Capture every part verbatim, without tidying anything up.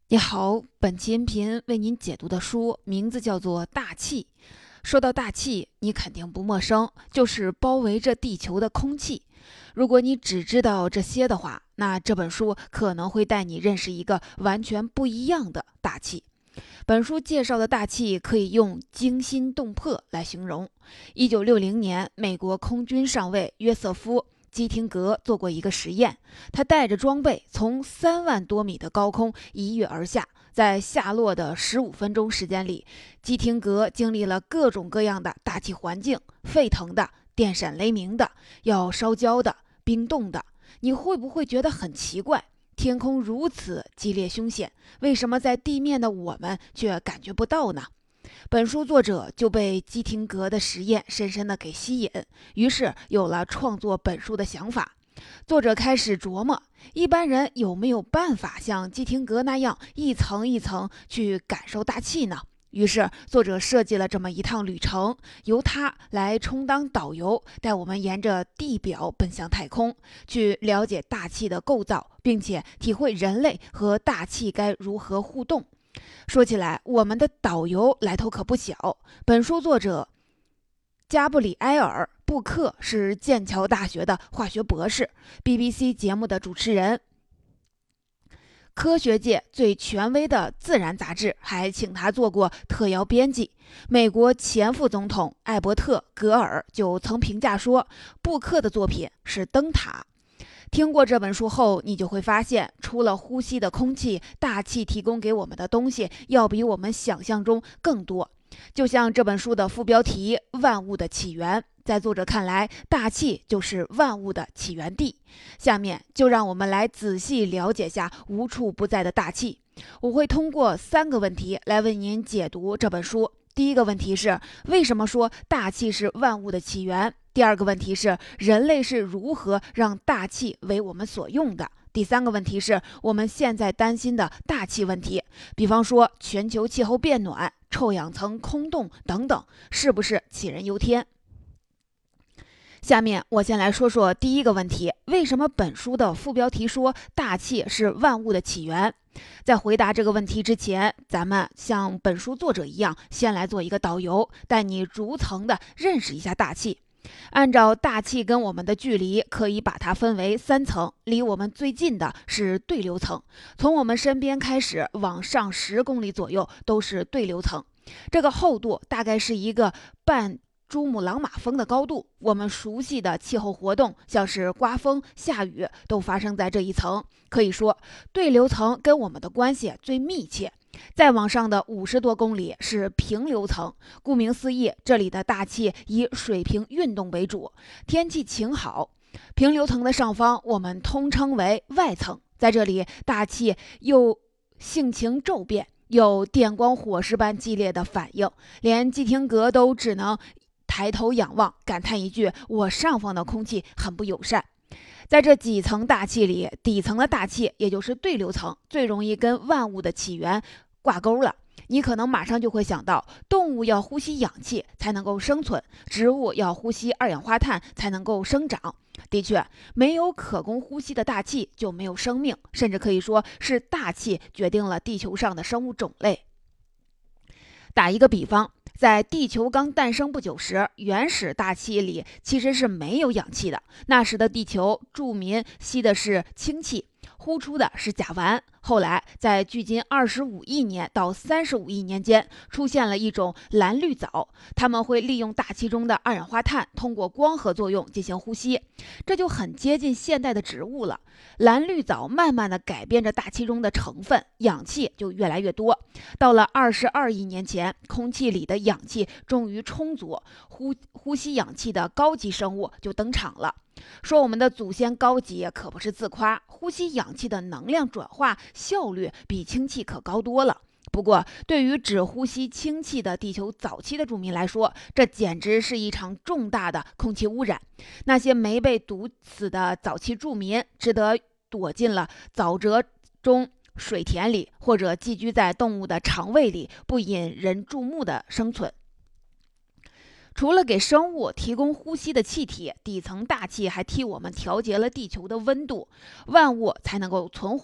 你好，本期音频为您解读的书名字叫做《大气》。说到大气，你肯定不陌生，就是包围着地球的空气。如果你只知道这些的话，那这本书可能会带你认识一个完全不一样的大气。本书介绍的大气可以用惊心动魄来形容。一九六零年，美国空军上尉约瑟夫基廷格做过一个实验，他带着装备从三万多米的高空一跃而下，在下落的十五分钟时间里，基廷格经历了各种各样的大气环境，沸腾的、电闪雷鸣的、要烧焦的、冰冻的。你会不会觉得很奇怪？天空如此激烈凶险，为什么在地面的我们却感觉不到呢？本书作者就被基廷格的实验深深地给吸引，于是有了创作本书的想法。作者开始琢磨，一般人有没有办法像基廷格那样一层一层去感受大气呢？于是作者设计了这么一趟旅程，由他来充当导游，带我们沿着地表奔向太空，去了解大气的构造，并且体会人类和大气该如何互动。说起来，我们的导游来头可不小。本书作者加布里埃尔·布克是剑桥大学的化学博士， B B C 节目的主持人，科学界最权威的《自然》杂志还请他做过特邀编辑。美国前副总统艾伯特·格尔就曾评价说，布克的作品是灯塔。听过这本书后，你就会发现，除了呼吸的空气，大气提供给我们的东西要比我们想象中更多。就像这本书的副标题《万物的起源》，在作者看来，大气就是万物的起源地。下面就让我们来仔细了解下无处不在的大气。我会通过三个问题来为您解读这本书。第一个问题是，为什么说大气是万物的起源？第二个问题是，人类是如何让大气为我们所用的？第三个问题是，我们现在担心的大气问题，比方说全球气候变暖、臭氧层空洞等等，是不是杞人忧天？下面我先来说说第一个问题，为什么本书的副标题说大气是万物的起源？在回答这个问题之前，咱们像本书作者一样，先来做一个导游，带你逐层的认识一下大气。按照大气跟我们的距离，可以把它分为三层。离我们最近的是对流层，从我们身边开始往上十公里左右都是对流层，这个厚度大概是一个半珠穆朗玛峰的高度。我们熟悉的气候活动，像是刮风、下雨，都发生在这一层。可以说，对流层跟我们的关系最密切。再往上的五十多公里是平流层，顾名思义，这里的大气以水平运动为主，天气晴好。平流层的上方我们通称为外层，在这里大气又性情骤变，有电光火石般激烈的反应，连基廷格都只能抬头仰望，感叹一句：我上方的空气很不友善。在这几层大气里，底层的大气，也就是对流层，最容易跟万物的起源挂钩了。你可能马上就会想到，动物要呼吸氧气才能够生存，植物要呼吸二氧化碳才能够生长。的确，没有可供呼吸的大气就没有生命，甚至可以说是大气决定了地球上的生物种类。打一个比方，在地球刚诞生不久时，原始大气里其实是没有氧气的。那时的地球，住民吸的是氢气，呼出的是甲烷。后来，在距今二十五亿年到三十五亿年间，出现了一种蓝绿藻，它们会利用大气中的二氧化碳，通过光合作用进行呼吸，这就很接近现代的植物了。蓝绿藻慢慢的改变着大气中的成分，氧气就越来越多。到了二十二亿年前，空气里的氧气终于充足，呼呼吸氧气的高级生物就登场了。说我们的祖先高级可不是自夸，呼吸氧气的能量转化效率比氢气可高多了。不过，对于只呼吸氢气的地球早期的住民来说，这简直是一场重大的空气污染。那些没被毒死的早期住民，只得躲进了沼泽中、水田里，或者寄居在动物的肠胃里，不引人注目的生存。除了给生物提供呼吸的气体，底层大气还替我们调节了地球的温度，万物才能够存活。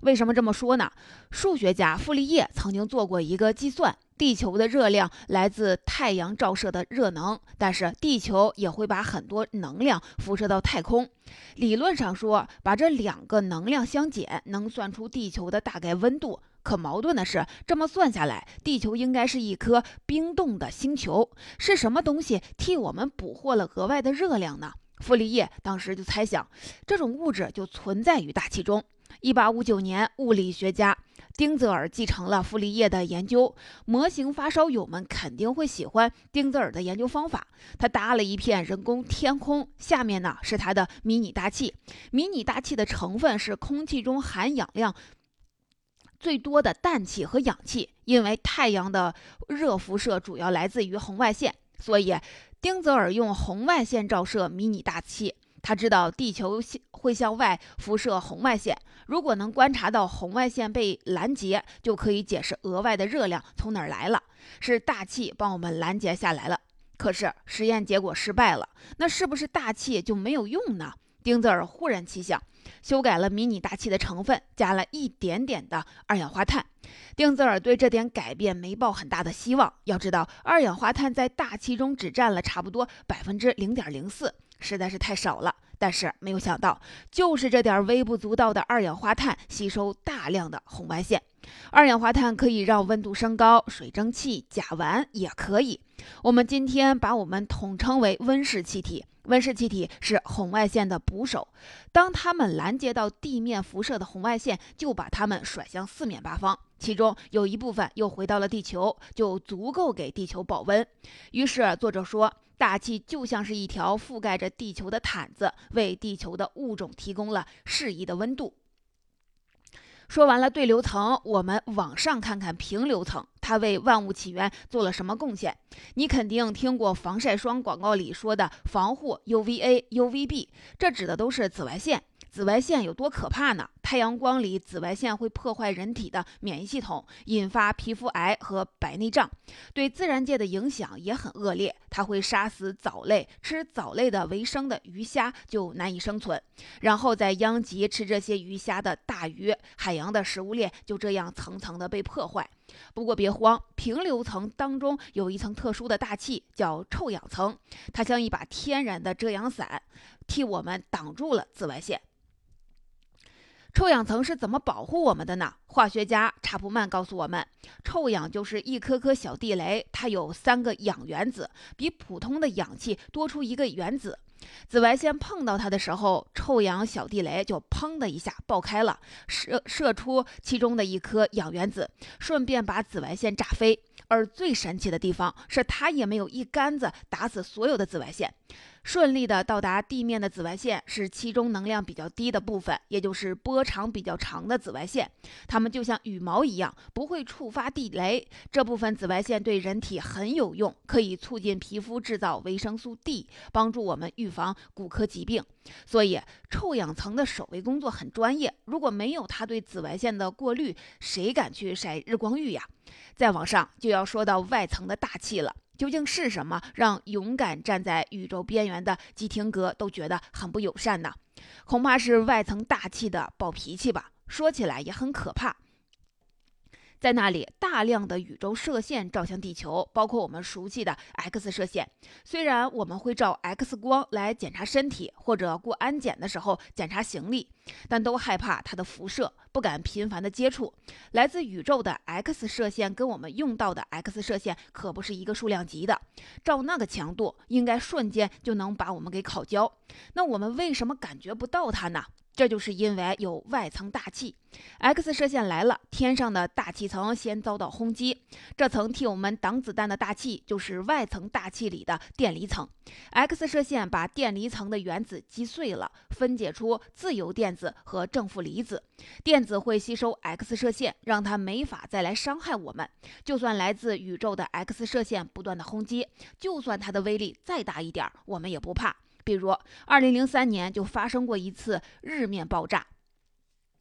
为什么这么说呢？数学家傅立叶曾经做过一个计算，地球的热量来自太阳照射的热能，但是地球也会把很多能量辐射到太空。理论上说，把这两个能量相减，能算出地球的大概温度。可矛盾的是，这么算下来，地球应该是一颗冰冻的星球。是什么东西替我们捕获了额外的热量呢？傅立叶当时就猜想，这种物质就存在于大气中。一八五九年，物理学家丁泽尔继承了傅立叶的研究，模型发烧友们肯定会喜欢丁泽尔的研究方法。他搭了一片人工天空，下面呢是他的迷你大气。迷你大气的成分是空气中含氧量最多的氮气和氧气，因为太阳的热辐射主要来自于红外线，所以丁泽尔用红外线照射迷你大气。他知道地球会向外辐射红外线，如果能观察到红外线被拦截，就可以解释额外的热量从哪儿来了，是大气帮我们拦截下来了。可是实验结果失败了，那是不是大气就没有用呢？丁泽尔忽然奇想，修改了迷你大气的成分，加了一点点的二氧化碳。丁泽尔对这点改变没抱很大的希望，要知道二氧化碳在大气中只占了差不多百分之零点零四，实在是太少了。但是没有想到，就是这点微不足道的二氧化碳吸收大量的红外线。二氧化碳可以让温度升高，水蒸气、甲烷也可以。我们今天把我们统称为温室气体。温室气体是红外线的捕手，当它们拦截到地面辐射的红外线，就把它们甩向四面八方，其中有一部分又回到了地球，就足够给地球保温。于是作者说，大气就像是一条覆盖着地球的毯子，为地球的物种提供了适宜的温度。说完了对流层，我们往上看看平流层，它为万物起源做了什么贡献？你肯定听过防晒霜广告里说的防护 U V A、U V B， 这指的都是紫外线。紫外线有多可怕呢？太阳光里，紫外线会破坏人体的免疫系统，引发皮肤癌和白内障，对自然界的影响也很恶劣。它会杀死藻类，吃藻类的为生的鱼虾就难以生存，然后在殃及吃这些鱼虾的大鱼，海洋的食物链就这样层层的被破坏。不过别慌，平流层当中有一层特殊的大气，叫臭氧层，它像一把天然的遮阳伞，替我们挡住了紫外线。臭氧层是怎么保护我们的呢？化学家查普曼告诉我们，臭氧就是一颗颗小地雷，它有三个氧原子，比普通的氧气多出一个原子。紫外线碰到它的时候，臭氧小地雷就砰的一下爆开了，射射出其中的一颗氧原子，顺便把紫外线炸飞。而最神奇的地方是，它也没有一竿子打死所有的紫外线。顺利的到达地面的紫外线是其中能量比较低的部分，也就是波长比较长的紫外线，它们就像羽毛一样，不会触发地雷。这部分紫外线对人体很有用，可以促进皮肤制造维生素 D， 帮助我们预防骨科疾病。所以臭氧层的守卫工作很专业，如果没有它对紫外线的过滤，谁敢去晒日光浴呀？再往上就要说到外层的大气了。究竟是什么让勇敢站在宇宙边缘的基廷格都觉得很不友善呢？恐怕是外层大气的暴脾气吧。说起来也很可怕。在那里，大量的宇宙射线照向地球，包括我们熟悉的 X 射线。虽然我们会照 X 光来检查身体，或者过安检的时候检查行李，但都害怕它的辐射，不敢频繁的接触。来自宇宙的 X 射线跟我们用到的 X 射线可不是一个数量级的，照那个强度，应该瞬间就能把我们给烤焦。那我们为什么感觉不到它呢？这就是因为有外层大气。 X 射线来了，天上的大气层先遭到轰击，这层替我们挡子弹的大气就是外层大气里的电离层。 X 射线把电离层的原子击碎了，分解出自由电子和正负离子，电子会吸收 X 射线，让它没法再来伤害我们。就算来自宇宙的 X 射线不断的轰击，就算它的威力再大一点，我们也不怕。比如二零零三年就发生过一次日面爆炸，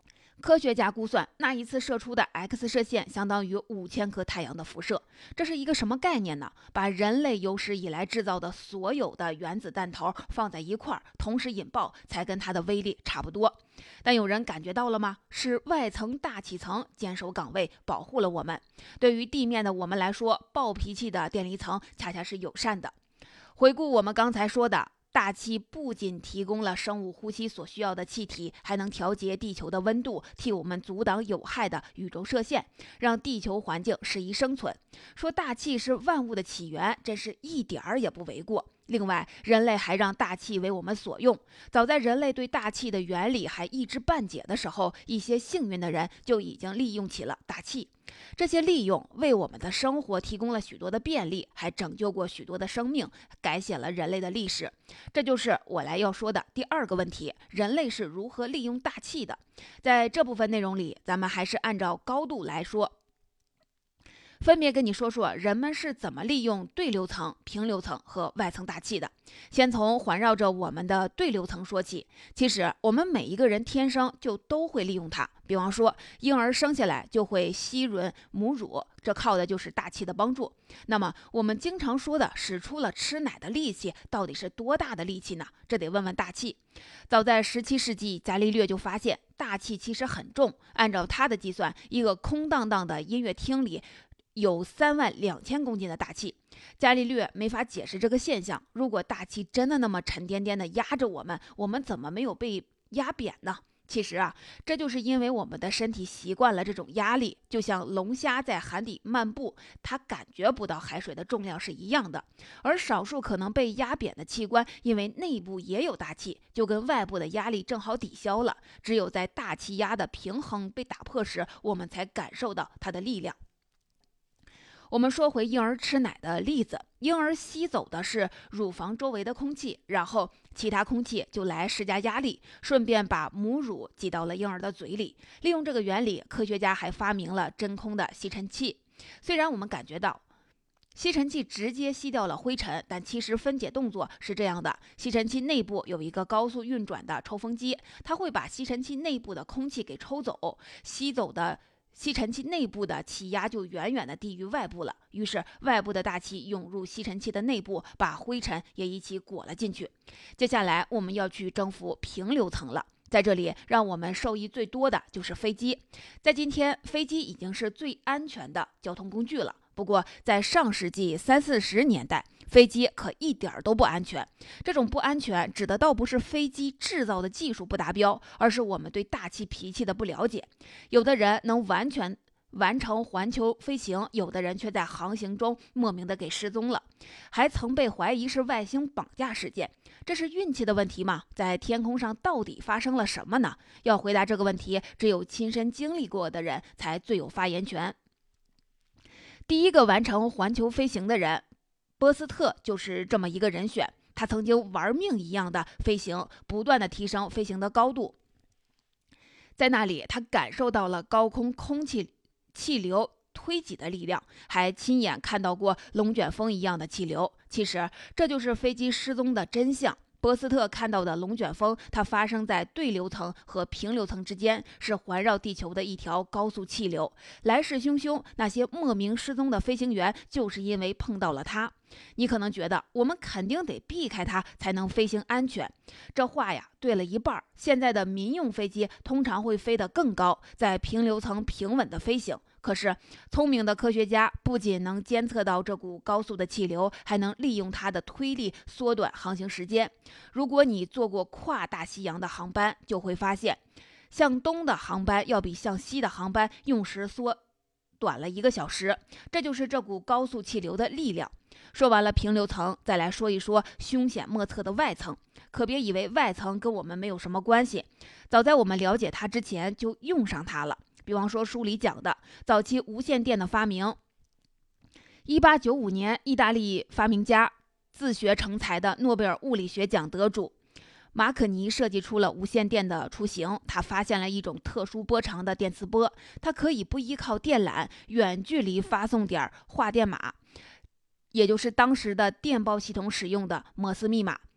科学家估算，那一次射出的 X 射线相当于五千颗太阳的辐射。这是一个什么概念呢？把人类有史以来制造的所有的原子弹头放在一块儿，同时引爆，才跟它的威力差不多。但有人感觉到了吗？是外层大气层坚守岗位，保护了我们。对于地面的我们来说，暴脾气的电离层恰恰是友善的。回顾我们刚才说的，大气不仅提供了生物呼吸所需要的气体，还能调节地球的温度，替我们阻挡有害的宇宙射线，让地球环境适宜生存。说大气是万物的起源，真是一点儿也不为过。另外，人类还让大气为我们所用。早在人类对大气的原理还一知半解的时候，一些幸运的人就已经利用起了大气。这些利用为我们的生活提供了许多的便利，还拯救过许多的生命，改写了人类的历史。这就是我来要说的第二个问题：人类是如何利用大气的？在这部分内容里，咱们还是按照高度来说，分别跟你说说人们是怎么利用对流层、平流层和外层大气的。先从环绕着我们的对流层说起。其实我们每一个人天生就都会利用它。比方说，婴儿生下来就会吸吮母乳，这靠的就是大气的帮助。那么我们经常说的使出了吃奶的力气，到底是多大的力气呢？这得问问大气。早在十七世纪，伽利略就发现大气其实很重。按照他的计算，一个空荡荡的音乐厅里有三万两千公斤的大气。伽利略没法解释这个现象。如果大气真的那么沉甸甸的压着我们，我们怎么没有被压扁呢？其实啊，这就是因为我们的身体习惯了这种压力，就像龙虾在海底漫步，它感觉不到海水的重量是一样的。而少数可能被压扁的器官，因为内部也有大气，就跟外部的压力正好抵消了。只有在大气压的平衡被打破时，我们才感受到它的力量。我们说回婴儿吃奶的例子，婴儿吸走的是乳房周围的空气，然后其他空气就来施加压力，顺便把母乳挤到了婴儿的嘴里。利用这个原理，科学家还发明了真空的吸尘器。虽然我们感觉到吸尘器直接吸掉了灰尘，但其实分解动作是这样的：吸尘器内部有一个高速运转的抽风机，它会把吸尘器内部的空气给抽走，吸走的吸尘器内部的气压就远远的低于外部了，于是外部的大气涌入吸尘器的内部，把灰尘也一起裹了进去。接下来我们要去征服平流层了。在这里，让我们受益最多的就是飞机。在今天，飞机已经是最安全的交通工具了。不过，在上世纪三四十年代，飞机可一点都不安全。这种不安全指的倒不是飞机制造的技术不达标，而是我们对大气脾气的不了解。有的人能完全完成环球飞行，有的人却在航行中莫名的给失踪了，还曾被怀疑是外星绑架事件。这是运气的问题吗？在天空上到底发生了什么呢？要回答这个问题，只有亲身经历过的人才最有发言权。第一个完成环球飞行的人，波斯特就是这么一个人选。他曾经玩命一样的飞行，不断的提升飞行的高度。在那里，他感受到了高空空气气流推挤的力量，还亲眼看到过龙卷风一样的气流。其实，这就是飞机失踪的真相。波斯特看到的龙卷风，它发生在对流层和平流层之间，是环绕地球的一条高速气流，来势汹汹。那些莫名失踪的飞行员，就是因为碰到了它。你可能觉得我们肯定得避开它才能飞行安全，这话呀对了一半。现在的民用飞机通常会飞得更高，在平流层平稳的飞行。可是聪明的科学家不仅能监测到这股高速的气流，还能利用它的推力缩短航行时间。如果你坐过跨大西洋的航班，就会发现向东的航班要比向西的航班用时缩短了一个小时，这就是这股高速气流的力量。说完了平流层，再来说一说凶险莫测的外层。可别以为外层跟我们没有什么关系，早在我们了解它之前就用上它了。比方说书里讲的早期无线电的发明。一八九五年，意大利发明家、自学成才的诺贝尔物理学奖得主马可尼设计出了无线电的雏形。他发现了一种特殊波长的电磁波，它可以不依靠电缆，远距离发送点话电码，也就是当时的电报系统使用的摩斯密码。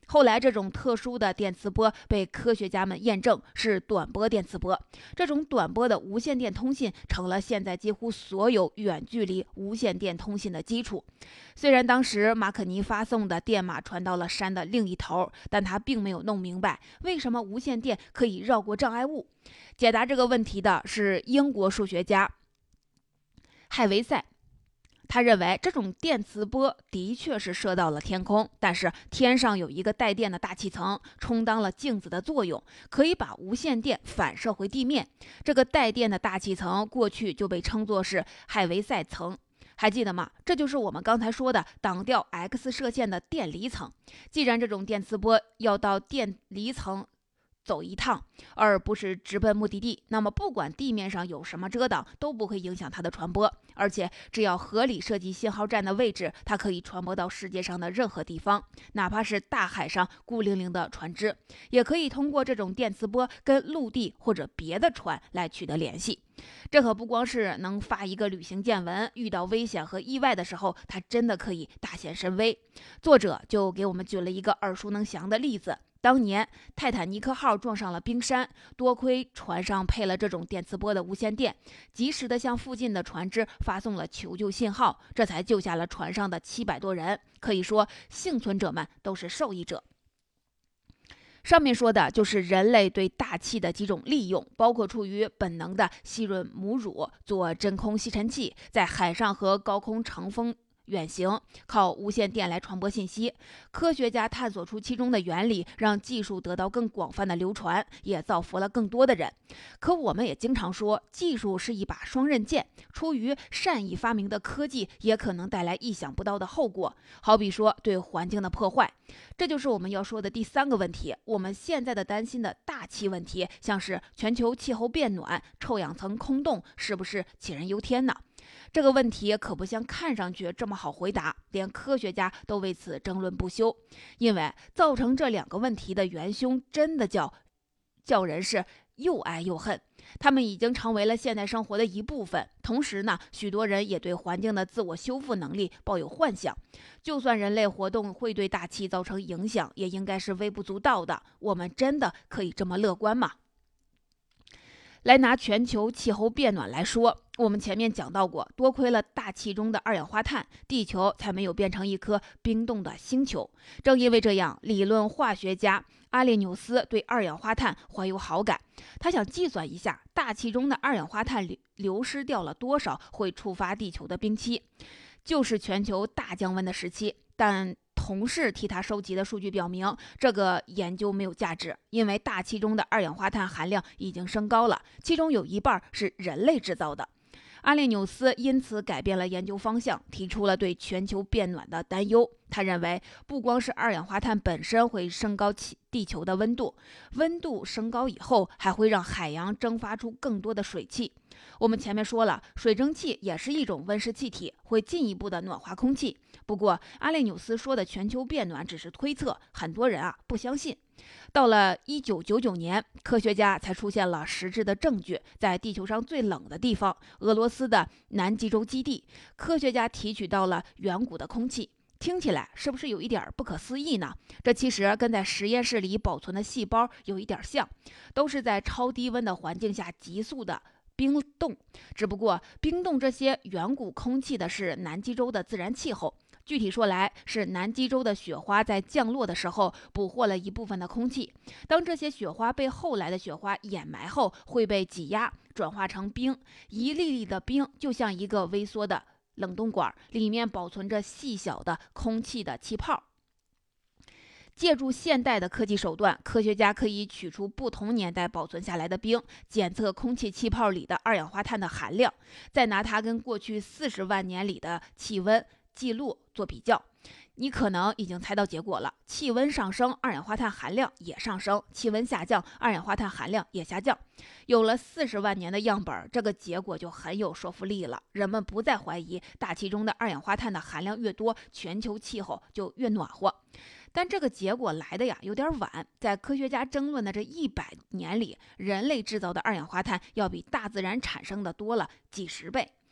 后来，这种特殊的电磁波被科学家们验证是短波电磁波。这种短波的无线电通信成了现在几乎所有远距离无线电通信的基础。虽然当时马可尼发送的电码传到了山的另一头，但他并没有弄明白为什么无线电可以绕过障碍物。解答这个问题的是英国数学家海维塞。他认为这种电磁波的确是射到了天空，但是天上有一个带电的大气层，充当了镜子的作用，可以把无线电反射回地面。这个带电的大气层过去就被称作是海维塞层。还记得吗？这就是我们刚才说的挡掉 X 射线的电离层。既然这种电磁波要到电离层走一趟，而不是直奔目的地，那么不管地面上有什么遮挡，都不会影响它的传播。而且只要合理设计信号站的位置，它可以传播到世界上的任何地方，哪怕是大海上孤零零的船只，也可以通过这种电磁波跟陆地或者别的船来取得联系。这可不光是能发一个旅行见闻，遇到危险和意外的时候，它真的可以大显神威。作者就给我们举了一个耳熟能详的例子。当年泰坦尼克号撞上了冰山，多亏船上配了这种电磁波的无线电，及时的向附近的船只发送了求救信号，这才救下了船上的七百多人。可以说，幸存者们都是受益者。上面说的就是人类对大气的几种利用，包括出于本能的吸吮母乳、做真空吸尘器，在海上和高空乘风远行，靠无线电来传播信息。科学家探索出其中的原理，让技术得到更广泛的流传，也造福了更多的人。可我们也经常说，技术是一把双刃剑，出于善意发明的科技也可能带来意想不到的后果，好比说对环境的破坏。这就是我们要说的第三个问题，我们现在的担心的大气问题，像是全球气候变暖、臭氧层空洞，是不是杞人忧天呢？这个问题可不像看上去这么好回答，连科学家都为此争论不休。因为造成这两个问题的元凶，真的叫叫人是又爱又恨。他们已经成为了现代生活的一部分。同时呢，许多人也对环境的自我修复能力抱有幻想。就算人类活动会对大气造成影响，也应该是微不足道的。我们真的可以这么乐观吗？来拿全球气候变暖来说，我们前面讲到过，多亏了大气中的二氧化碳，地球才没有变成一颗冰冻的星球。正因为这样，理论化学家阿列纽斯对二氧化碳怀有好感。他想计算一下大气中的二氧化碳流失掉了多少会触发地球的冰期，就是全球大降温的时期。但同事替他收集的数据表明，这个研究没有价值，因为大气中的二氧化碳含量已经升高了，其中有一半是人类制造的。阿列纽斯因此改变了研究方向，提出了对全球变暖的担忧。他认为，不光是二氧化碳本身会升高地球的温度，温度升高以后，还会让海洋蒸发出更多的水汽。我们前面说了，水蒸气也是一种温室气体，会进一步的暖化空气。不过，阿列纽斯说的全球变暖只是推测，很多人啊不相信。到了一九九九年，科学家才出现了实质的证据，在地球上最冷的地方，俄罗斯的南极洲基地，科学家提取到了远古的空气。听起来是不是有一点不可思议呢？这其实跟在实验室里保存的细胞有一点像，都是在超低温的环境下急速的冰冻，只不过冰冻这些远古空气的是南极洲的自然气候。具体说来，是南极洲的雪花在降落的时候捕获了一部分的空气，当这些雪花被后来的雪花掩埋后，会被挤压转化成冰，一粒粒的冰就像一个微缩的冷冻管，里面保存着细小的空气的气泡。借助现代的科技手段，科学家可以取出不同年代保存下来的冰，检测空气气泡里的二氧化碳的含量，再拿它跟过去四十万年里的气温记录做比较。你可能已经猜到结果了，气温上升，二氧化碳含量也上升；气温下降，二氧化碳含量也下降。有了四十万年的样本，这个结果就很有说服力了。人们不再怀疑大气中的二氧化碳的含量越多，全球气候就越暖和。但这个结果来的呀有点晚，在科学家争论的这一百年里，人类制造的二氧化碳要比大自然产生的多了几十倍。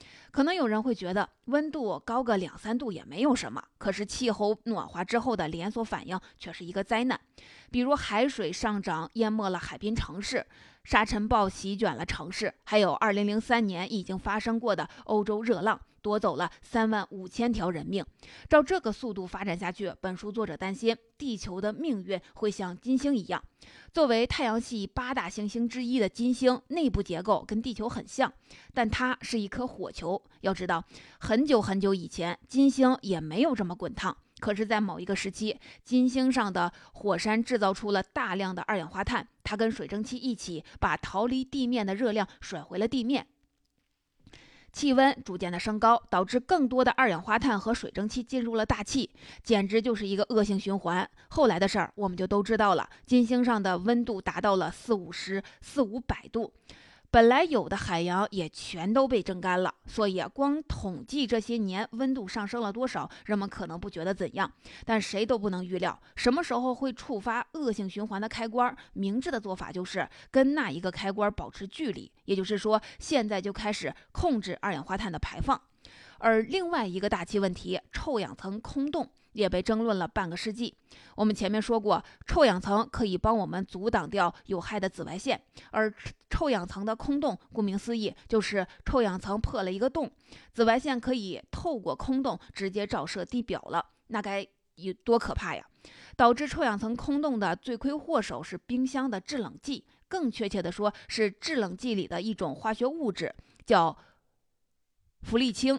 可能有人会觉得温度高个两三度也没有什么，可是气候暖化之后的连锁反应却是一个灾难。比如海水上涨淹没了海滨城市，沙尘暴席卷了城市，还有二零零三年已经发生过的欧洲热浪，夺走了三万五千条人命。照这个速度发展下去，本书作者担心地球的命运会像金星一样。作为太阳系八大行星之一的金星，内部结构跟地球很像，但它是一颗火球。要知道，很久很久以前，金星也没有这么滚烫。可是，在某一个时期，金星上的火山制造出了大量的二氧化碳，它跟水蒸气一起把逃离地面的热量甩回了地面。气温逐渐的升高，导致更多的二氧化碳和水蒸气进入了大气，简直就是一个恶性循环。后来的事儿我们就都知道了，金星上的温度达到了四五十、四五百度。本来有的海洋也全都被蒸干了，所以啊，光统计这些年温度上升了多少，人们可能不觉得怎样，但谁都不能预料什么时候会触发恶性循环的开关。明智的做法就是跟那一个开关保持距离，也就是说，现在就开始控制二氧化碳的排放。而另外一个大气问题，臭氧层空洞，也被争论了半个世纪。我们前面说过，臭氧层可以帮我们阻挡掉有害的紫外线，而臭氧层的空洞，顾名思义，就是臭氧层破了一个洞，紫外线可以透过空洞直接照射地表了，那该有多可怕呀！导致臭氧层空洞的罪魁祸首是冰箱的制冷剂，更确切的说是制冷剂里的一种化学物质，叫氟利氢。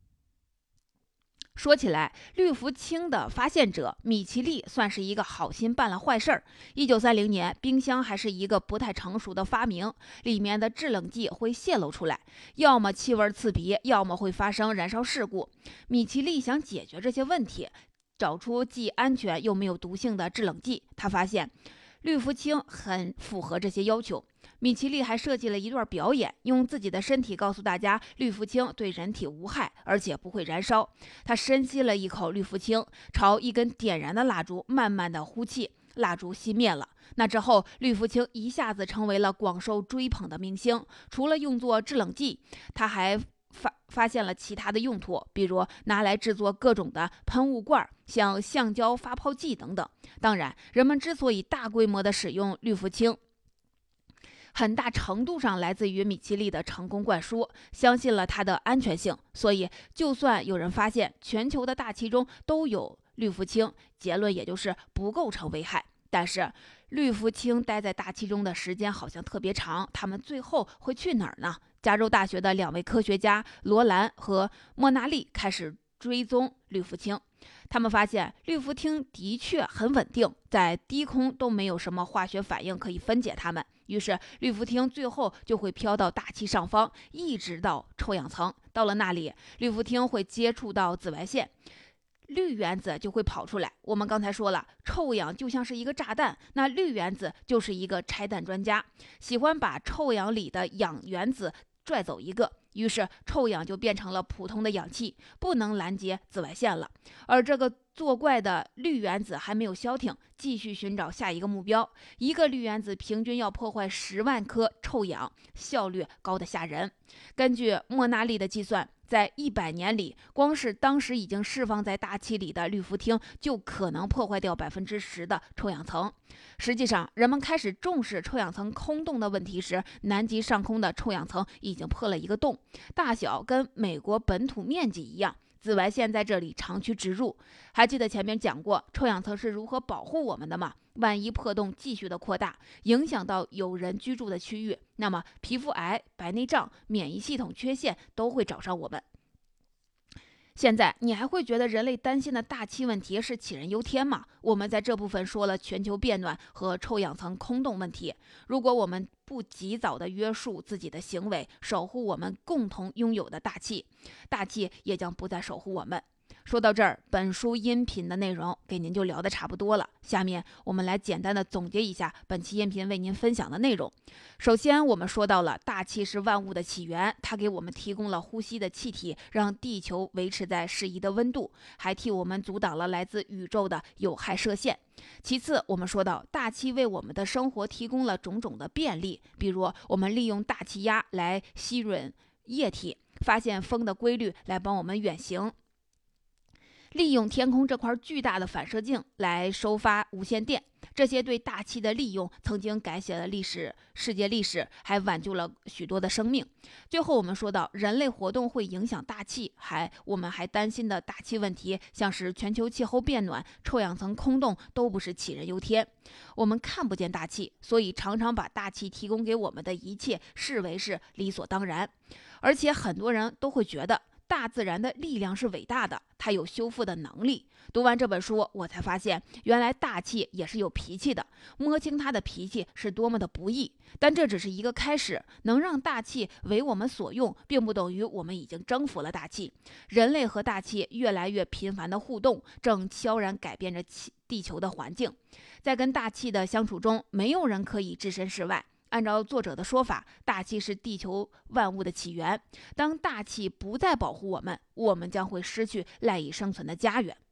说起来，氯氟氢的发现者米其利算是一个好心办了坏事儿。一九三零年，冰箱还是一个不太成熟的发明，里面的制冷剂会泄露出来，要么气味刺鼻，要么会发生燃烧事故。米其利想解决这些问题，找出既安全又没有毒性的制冷剂。他发现氯氟氢很符合这些要求。米其利还设计了一段表演，用自己的身体告诉大家氯氟氢对人体无害，而且不会燃烧。他深吸了一口氯氟氢，朝一根点燃的蜡烛慢慢的呼气，蜡烛熄灭了。那之后，氯氟氢一下子成为了广受追捧的明星。除了用作制冷剂，他还发发现了其他的用途，比如拿来制作各种的喷雾罐，像橡胶发泡剂等等。当然，人们之所以大规模的使用氯氟氢，很大程度上来自于米其利的成功灌输，相信了它的安全性。所以，就算有人发现全球的大气中都有氯氟氢，结论也就是不构成危害。但是，氯氟氢待在大气中的时间好像特别长，它们最后会去哪儿呢？加州大学的两位科学家罗兰和莫纳利开始追踪氯氟氢，他们发现氯氟氢的确很稳定，在低空都没有什么化学反应可以分解它们。于是氯氟氢最后就会飘到大气上方，一直到臭氧层。到了那里，氯氟氢会接触到紫外线，氯原子就会跑出来。我们刚才说了，臭氧就像是一个炸弹，那氯原子就是一个拆弹专家，喜欢把臭氧里的氧原子拽走一个，于是臭氧就变成了普通的氧气，不能拦截紫外线了。而这个作怪的氯原子还没有消停，继续寻找下一个目标。一个氯原子平均要破坏十万颗臭氧，效率高得吓人。根据莫纳利的计算，在一百年里，光是当时已经释放在大气里的氯氟氢就可能破坏掉百分之十的臭氧层。实际上，人们开始重视臭氧层空洞的问题时，南极上空的臭氧层已经破了一个洞，大小跟美国本土面积一样。紫外线在这里长驱直入。还记得前面讲过臭氧层是如何保护我们的吗？万一破洞继续的扩大，影响到有人居住的区域，那么皮肤癌、白内障、免疫系统缺陷都会找上我们。现在你还会觉得人类担心的大气问题是杞人忧天吗？我们在这部分说了全球变暖和臭氧层空洞问题。如果我们不及早的约束自己的行为，守护我们共同拥有的大气，大气也将不再守护我们。说到这儿，本书音频的内容给您就聊得差不多了。下面我们来简单的总结一下本期音频为您分享的内容。首先，我们说到了大气是万物的起源，它给我们提供了呼吸的气体，让地球维持在适宜的温度，还替我们阻挡了来自宇宙的有害射线。其次，我们说到大气为我们的生活提供了种种的便利，比如我们利用大气压来吸吮液体， 发现风的规律来帮我们远行。利用天空这块巨大的反射镜来收发无线电，这些对大气的利用曾经改写了历史世界历史，还挽救了许多的生命。最后我们说到人类活动会影响大气，还我们还担心的大气问题，像是全球气候变暖、臭氧层空洞，都不是杞人忧天。我们看不见大气，所以常常把大气提供给我们的一切视为是理所当然，而且很多人都会觉得大自然的力量是伟大的，它有修复的能力。读完这本书，我才发现原来大气也是有脾气的，摸清它的脾气是多么的不易。但这只是一个开始，能让大气为我们所用，并不等于我们已经征服了大气。人类和大气越来越频繁的互动，正悄然改变着地球的环境。在跟大气的相处中，没有人可以置身事外。按照作者的说法，大气是地球万物的起源。当大气不再保护我们，我们将会失去赖以生存的家园。